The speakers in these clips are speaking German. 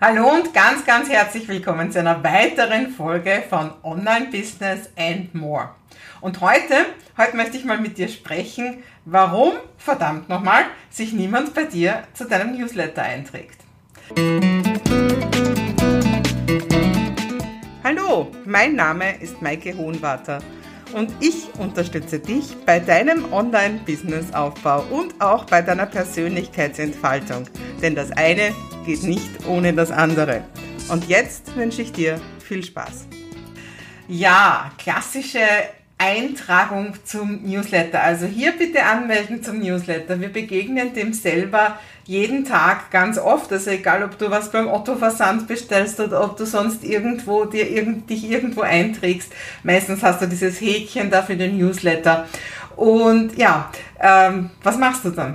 Hallo und ganz, ganz herzlich willkommen zu einer weiteren Folge von Online Business and More. Und heute möchte ich mal mit dir sprechen, warum, verdammt nochmal, sich niemand bei dir zu deinem Newsletter einträgt. Hallo, mein Name ist Maike Hohenwarter und ich unterstütze dich bei deinem Online-Business-Aufbau und auch bei deiner Persönlichkeitsentfaltung, denn das eine geht nicht ohne das andere. Und jetzt wünsche ich dir viel Spaß. Ja, klassische Eintragung zum Newsletter. Also hier bitte anmelden zum Newsletter. Wir begegnen dem selber jeden Tag ganz oft. Also egal, ob du was beim Otto-Versand bestellst oder ob du sonst irgendwo dich irgendwo einträgst. Meistens hast du dieses Häkchen da für den Newsletter. Und ja, was machst du dann?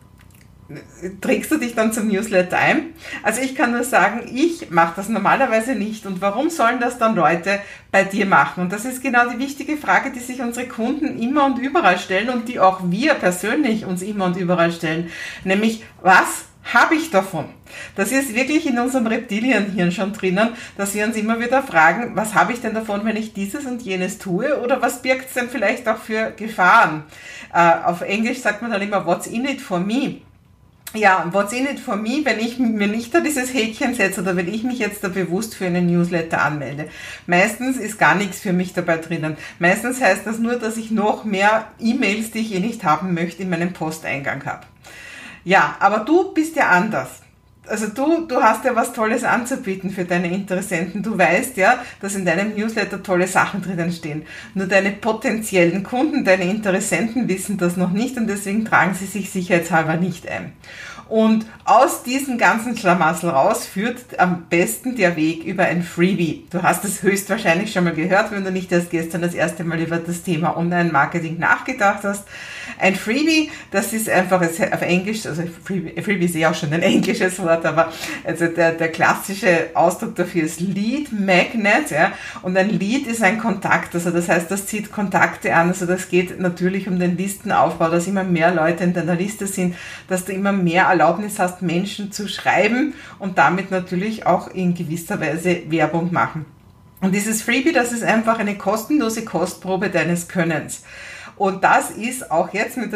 Trägst du dich dann zum Newsletter ein? Also ich kann nur sagen, ich mache das normalerweise nicht. Und warum sollen das dann Leute bei dir machen? Und das ist genau die wichtige Frage, die sich unsere Kunden immer und überall stellen und die auch wir persönlich uns immer und überall stellen. Nämlich, was habe ich davon? Das ist wirklich in unserem Reptilienhirn schon drinnen, dass wir uns immer wieder fragen, was habe ich denn davon, wenn ich dieses und jenes tue? Oder was birgt es denn vielleicht auch für Gefahren? Auf Englisch sagt man dann immer, what's in it for me? Ja, what's in it for me, wenn ich mir nicht da dieses Häkchen setze oder wenn ich mich jetzt da bewusst für einen Newsletter anmelde. Meistens ist gar nichts für mich dabei drinnen. Meistens heißt das nur, dass ich noch mehr E-Mails, die ich nicht haben möchte, in meinem Posteingang habe. Ja, aber du bist ja anders. Also du hast ja was Tolles anzubieten für deine Interessenten. Du weißt ja, dass in deinem Newsletter tolle Sachen drinnen stehen. Nur deine potenziellen Kunden, deine Interessenten wissen das noch nicht und deswegen tragen sie sich sicherheitshalber nicht ein. Und aus diesem ganzen Schlamassel raus führt am besten der Weg über ein Freebie. Du hast es höchstwahrscheinlich schon mal gehört, wenn du nicht erst gestern das erste Mal über das Thema Online-Marketing nachgedacht hast. Ein Freebie, das ist einfach auf Englisch, also Freebie ist ja auch schon ein englisches Wort, aber also der klassische Ausdruck dafür ist Lead Magnet, ja. Und ein Lead ist ein Kontakt, also das heißt, das zieht Kontakte an, also das geht natürlich um den Listenaufbau, dass immer mehr Leute in deiner Liste sind, dass du immer mehr Erlaubnis hast, Menschen zu schreiben und damit natürlich auch in gewisser Weise Werbung machen. Und dieses Freebie, das ist einfach eine kostenlose Kostprobe deines Könnens. Und das ist auch jetzt mit der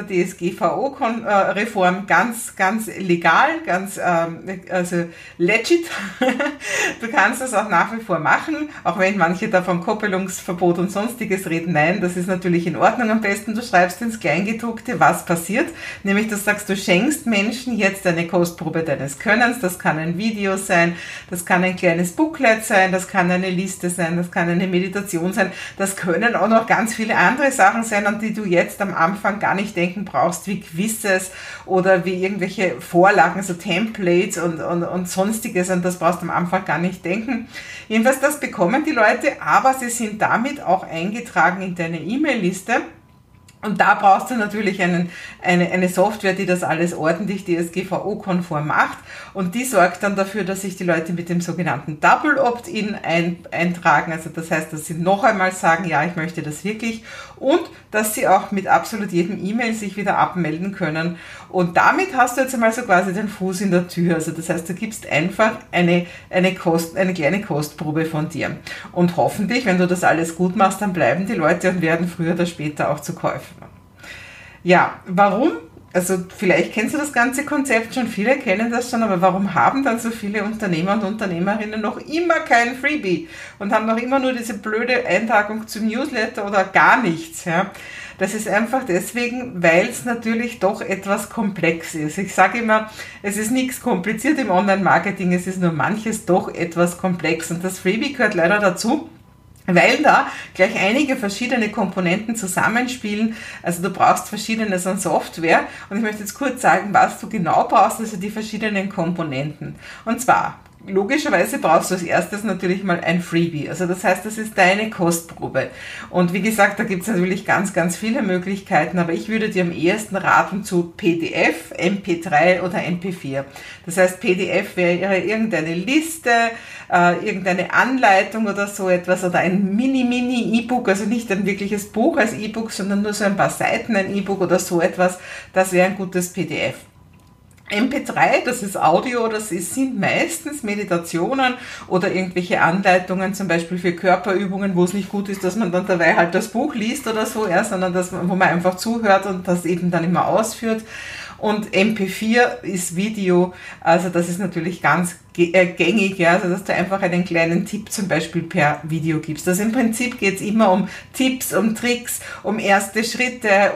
DSGVO-Reform ganz, ganz legal, ganz also legit. Du kannst das auch nach wie vor machen, auch wenn manche da vom Koppelungsverbot und sonstiges reden. Nein, das ist natürlich in Ordnung. Am besten, du schreibst ins Kleingedruckte, was passiert. Nämlich, du sagst, du schenkst Menschen jetzt eine Kostprobe deines Könnens. Das kann ein Video sein, das kann ein kleines Booklet sein, das kann eine Liste sein, das kann eine Meditation sein. Das können auch noch ganz viele andere Sachen sein, an die du jetzt am Anfang gar nicht denken brauchst, wie Quizzes oder wie irgendwelche Vorlagen, so Templates und sonstiges, und das brauchst du am Anfang gar nicht denken. Jedenfalls, das bekommen die Leute, aber sie sind damit auch eingetragen in deine E-Mail-Liste. Und da brauchst du natürlich eine Software, die das alles ordentlich DSGVO-konform macht. Und die sorgt dann dafür, dass sich die Leute mit dem sogenannten Double Opt-in eintragen. Also das heißt, dass sie noch einmal sagen, ja, ich möchte das wirklich. Und dass sie auch mit absolut jedem E-Mail sich wieder abmelden können. Und damit hast du jetzt einmal so quasi den Fuß in der Tür. Also das heißt, du gibst einfach eine kleine Kostprobe von dir. Und hoffentlich, wenn du das alles gut machst, dann bleiben die Leute und werden früher oder später auch zu Käufern. Ja, warum? Also vielleicht kennst du das ganze Konzept schon, viele kennen das schon, aber warum haben dann so viele Unternehmer und Unternehmerinnen noch immer kein Freebie und haben noch immer nur diese blöde Eintragung zum Newsletter oder gar nichts? Ja? Das ist einfach deswegen, weil es natürlich doch etwas komplex ist. Ich sage immer, es ist nichts kompliziert im Online-Marketing, es ist nur manches doch etwas komplex und das Freebie gehört leider dazu, weil da gleich einige verschiedene Komponenten zusammenspielen. Also du brauchst Verschiedenes an Software und ich möchte jetzt kurz sagen, was du genau brauchst, also die verschiedenen Komponenten. Und zwar, logischerweise brauchst du als erstes natürlich mal ein Freebie. Also das heißt, das ist deine Kostprobe. Und wie gesagt, da gibt es natürlich ganz, ganz viele Möglichkeiten, aber ich würde dir am ehesten raten zu PDF, MP3 oder MP4. Das heißt, PDF wäre irgendeine Liste, irgendeine Anleitung oder so etwas oder ein Mini-E-Book, also nicht ein wirkliches Buch als E-Book, sondern nur so ein paar Seiten ein E-Book oder so etwas. Das wäre ein gutes PDF. MP3, das ist Audio, sind meistens Meditationen oder irgendwelche Anleitungen, zum Beispiel für Körperübungen, wo es nicht gut ist, dass man dann dabei halt das Buch liest oder so, sondern wo man einfach zuhört und das eben dann immer ausführt. Und MP4 ist Video, also das ist natürlich ganz gängig, also dass du einfach einen kleinen Tipp zum Beispiel per Video gibst. Also im Prinzip geht es immer um Tipps, um Tricks, um erste Schritte,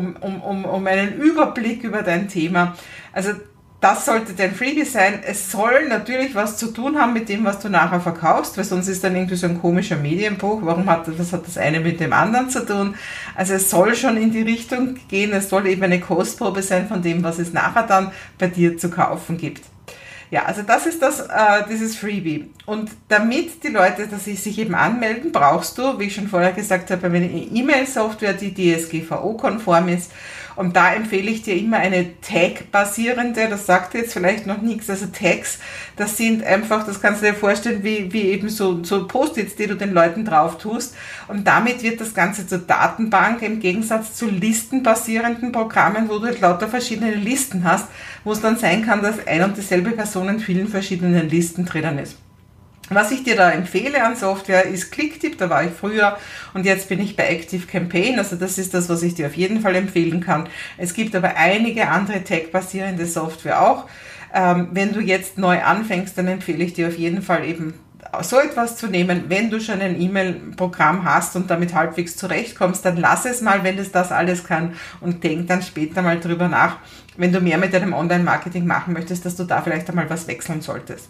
um einen Überblick über dein Thema. Also das sollte dein Freebie sein. Es soll natürlich was zu tun haben mit dem, was du nachher verkaufst, weil sonst ist dann irgendwie so ein komischer Medienbruch. Was hat das eine mit dem anderen zu tun? Also es soll schon in die Richtung gehen. Es soll eben eine Kostprobe sein von dem, was es nachher dann bei dir zu kaufen gibt. Ja, also das ist dieses Freebie. Und damit die Leute, dass sie sich eben anmelden, brauchst du, wie ich schon vorher gesagt habe, eine E-Mail-Software, die DSGVO-konform ist. Und da empfehle ich dir immer eine Tag-basierende, das sagt jetzt vielleicht noch nichts, also Tags, das sind einfach, das kannst du dir vorstellen, wie eben so Post-its, die du den Leuten drauf tust. Und damit wird das Ganze zur Datenbank im Gegensatz zu listenbasierenden Programmen, wo du lauter verschiedene Listen hast, wo es dann sein kann, dass ein und dieselbe Person in vielen verschiedenen Listen drinnen ist. Was ich dir da empfehle an Software ist Clicktip, da war ich früher und jetzt bin ich bei ActiveCampaign, also das ist das, was ich dir auf jeden Fall empfehlen kann. Es gibt aber einige andere Tag-basierende Software auch. Wenn du jetzt neu anfängst, dann empfehle ich dir auf jeden Fall eben so etwas zu nehmen. Wenn du schon ein E-Mail-Programm hast und damit halbwegs zurechtkommst, dann lass es mal, wenn es das alles kann und denk dann später mal drüber nach, wenn du mehr mit deinem Online-Marketing machen möchtest, dass du da vielleicht einmal was wechseln solltest.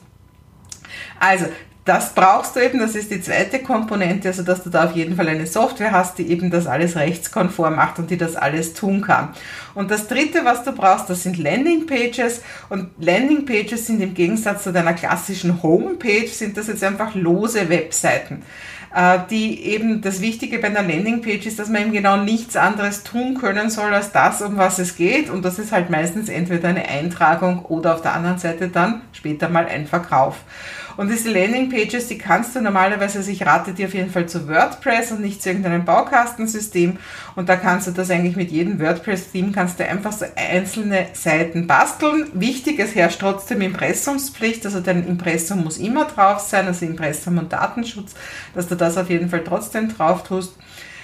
Also, das brauchst du eben, das ist die zweite Komponente, also dass du da auf jeden Fall eine Software hast, die eben das alles rechtskonform macht und die das alles tun kann. Und das dritte, was du brauchst, das sind Landingpages, und Landingpages sind im Gegensatz zu deiner klassischen Homepage, sind das jetzt einfach lose Webseiten. Die eben, das Wichtige bei einer Landingpage ist, dass man eben genau nichts anderes tun können soll als das, um was es geht, und das ist halt meistens entweder eine Eintragung oder auf der anderen Seite dann später mal ein Verkauf. Und diese Landingpages, die kannst du normalerweise, also ich rate dir auf jeden Fall zu WordPress und nicht zu irgendeinem Baukastensystem, und da kannst du das eigentlich mit jedem WordPress-Theme, kannst du einfach so einzelne Seiten basteln. Wichtig, es herrscht trotzdem Impressumspflicht, also dein Impressum muss immer drauf sein, also Impressum und Datenschutz, dass du das auf jeden Fall trotzdem drauf tust.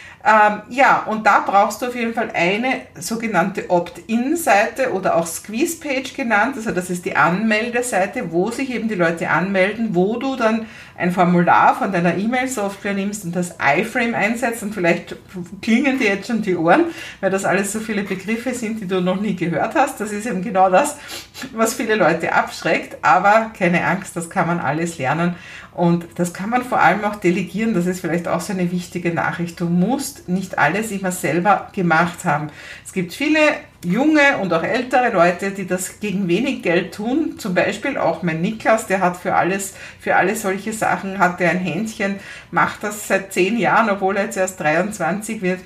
Ja, und da brauchst du auf jeden Fall eine sogenannte Opt-in-Seite oder auch Squeeze-Page genannt. Also das ist die Anmeldeseite, wo sich eben die Leute anmelden, wo du dann ein Formular von deiner E-Mail-Software nimmst und das iFrame einsetzt, und vielleicht klingen dir jetzt schon die Ohren, weil das alles so viele Begriffe sind, die du noch nie gehört hast. Das ist eben genau das, was viele Leute abschreckt, aber keine Angst, das kann man alles lernen. Und das kann man vor allem auch delegieren, das ist vielleicht auch so eine wichtige Nachricht. Du musst nicht alles immer selber gemacht haben. Es gibt viele junge und auch ältere Leute, die das gegen wenig Geld tun. Zum Beispiel auch mein Niklas, der hat für alle solche Sachen, hat er ein Händchen, macht das seit 10 Jahren, obwohl er jetzt erst 23 wird.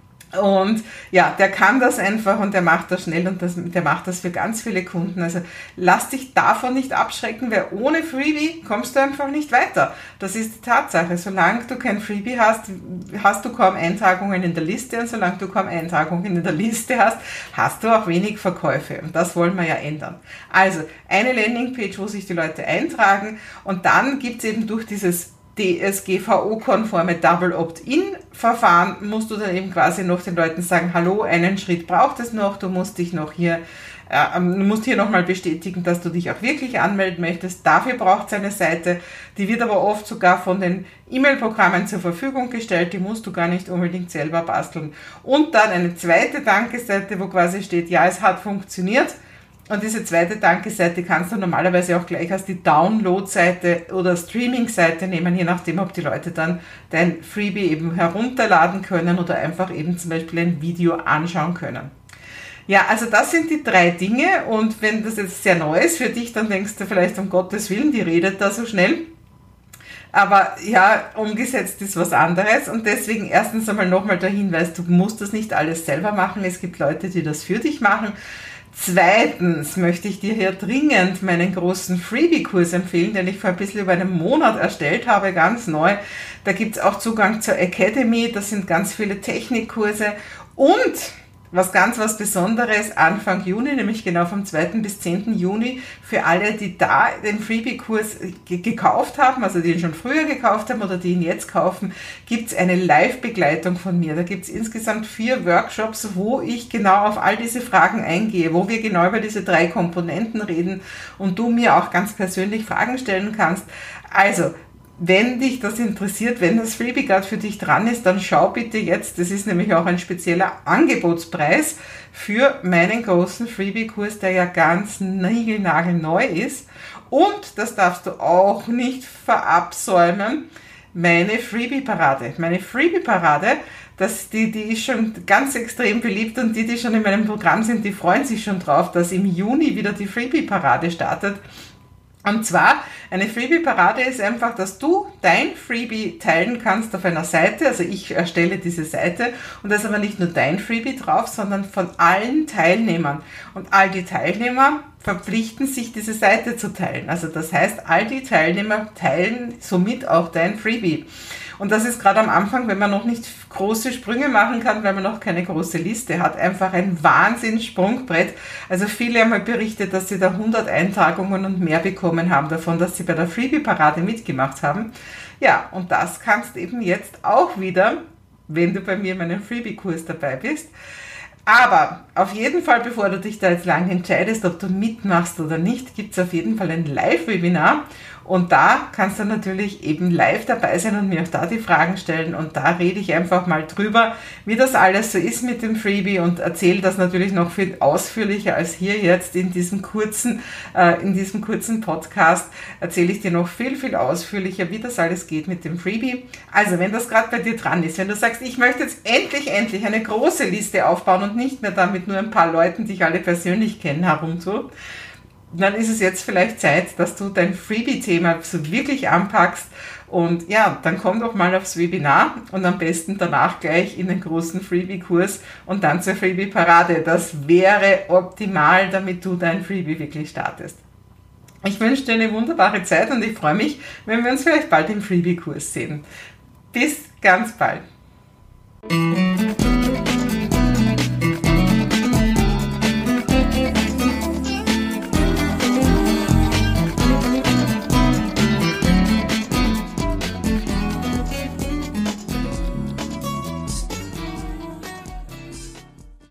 Und ja, der kann das einfach und der macht das schnell, und der macht das für ganz viele Kunden. Also lass dich davon nicht abschrecken, weil ohne Freebie kommst du einfach nicht weiter. Das ist die Tatsache. Solange du kein Freebie hast, hast du kaum Eintragungen in der Liste, und solange du kaum Eintragungen in der Liste hast, hast du auch wenig Verkäufe, und das wollen wir ja ändern. Also eine Landingpage, wo sich die Leute eintragen, und dann gibt's eben durch dieses DSGVO-konforme Double Opt-in-Verfahren, musst du dann eben quasi noch den Leuten sagen, hallo, einen Schritt braucht es noch, du musst hier nochmal bestätigen, dass du dich auch wirklich anmelden möchtest. Dafür braucht es eine Seite, die wird aber oft sogar von den E-Mail-Programmen zur Verfügung gestellt, die musst du gar nicht unbedingt selber basteln. Und dann eine zweite Danke-Seite, wo quasi steht, ja, es hat funktioniert. Und diese zweite Danke-Seite kannst du normalerweise auch gleich als die Download-Seite oder Streaming-Seite nehmen, je nachdem, ob die Leute dann dein Freebie eben herunterladen können oder einfach eben zum Beispiel ein Video anschauen können. Ja, also das sind die 3 Dinge, und wenn das jetzt sehr neu ist für dich, dann denkst du vielleicht, um Gottes Willen, die redet da so schnell. Aber ja, umgesetzt ist was anderes, und deswegen erstens einmal nochmal der Hinweis, du musst das nicht alles selber machen, es gibt Leute, die das für dich machen. Zweitens möchte ich dir hier dringend meinen großen Freebie-Kurs empfehlen, den ich vor ein bisschen über einen Monat erstellt habe, ganz neu. Da gibt es auch Zugang zur Academy, das sind ganz viele Technikkurse, und was Besonderes Anfang Juni, nämlich genau vom 2. bis 10. Juni für alle, die da den Freebie-Kurs gekauft haben, also die ihn schon früher gekauft haben oder die ihn jetzt kaufen, gibt es eine Live-Begleitung von mir. Da gibt es insgesamt 4 Workshops, wo ich genau auf all diese Fragen eingehe, wo wir genau über diese 3 Komponenten reden und du mir auch ganz persönlich Fragen stellen kannst. Also, wenn dich das interessiert, wenn das Freebie gerade für dich dran ist, dann schau bitte jetzt, das ist nämlich auch ein spezieller Angebotspreis für meinen großen Freebie-Kurs, der ja ganz niegelnagelneu ist. Und, das darfst du auch nicht verabsäumen, meine Freebie-Parade. Meine Freebie-Parade, die ist schon ganz extrem beliebt und die schon in meinem Programm sind, die freuen sich schon drauf, dass im Juni wieder die Freebie-Parade startet. Und zwar, eine Freebie-Parade ist einfach, dass du dein Freebie teilen kannst auf einer Seite. Also ich erstelle diese Seite und da ist aber nicht nur dein Freebie drauf, sondern von allen Teilnehmern. Und all die Teilnehmer verpflichten sich, diese Seite zu teilen. Also das heißt, all die Teilnehmer teilen somit auch dein Freebie. Und das ist gerade am Anfang, wenn man noch nicht große Sprünge machen kann, weil man noch keine große Liste hat, einfach ein Wahnsinnssprungbrett. Also viele haben mal berichtet, dass sie da 100 Eintragungen und mehr bekommen haben davon, dass sie bei der Freebie-Parade mitgemacht haben. Ja, und das kannst eben jetzt auch wieder, wenn du bei mir in meinem Freebie-Kurs dabei bist. Aber auf jeden Fall, bevor du dich da jetzt lange entscheidest, ob du mitmachst oder nicht, gibt es auf jeden Fall ein Live-Webinar. Und da kannst du natürlich eben live dabei sein und mir auch da die Fragen stellen. Und da rede ich einfach mal drüber, wie das alles so ist mit dem Freebie und erzähle das natürlich noch viel ausführlicher als hier jetzt in diesem kurzen Podcast. Erzähle ich dir noch viel, viel ausführlicher, wie das alles geht mit dem Freebie. Also wenn das gerade bei dir dran ist, wenn du sagst, ich möchte jetzt endlich eine große Liste aufbauen und nicht mehr damit nur ein paar Leuten, die ich alle persönlich kenne, herumtue, dann ist es jetzt vielleicht Zeit, dass du dein Freebie-Thema so wirklich anpackst und ja, dann komm doch mal aufs Webinar und am besten danach gleich in den großen Freebie-Kurs und dann zur Freebie-Parade. Das wäre optimal, damit du dein Freebie wirklich startest. Ich wünsche dir eine wunderbare Zeit und ich freue mich, wenn wir uns vielleicht bald im Freebie-Kurs sehen. Bis ganz bald.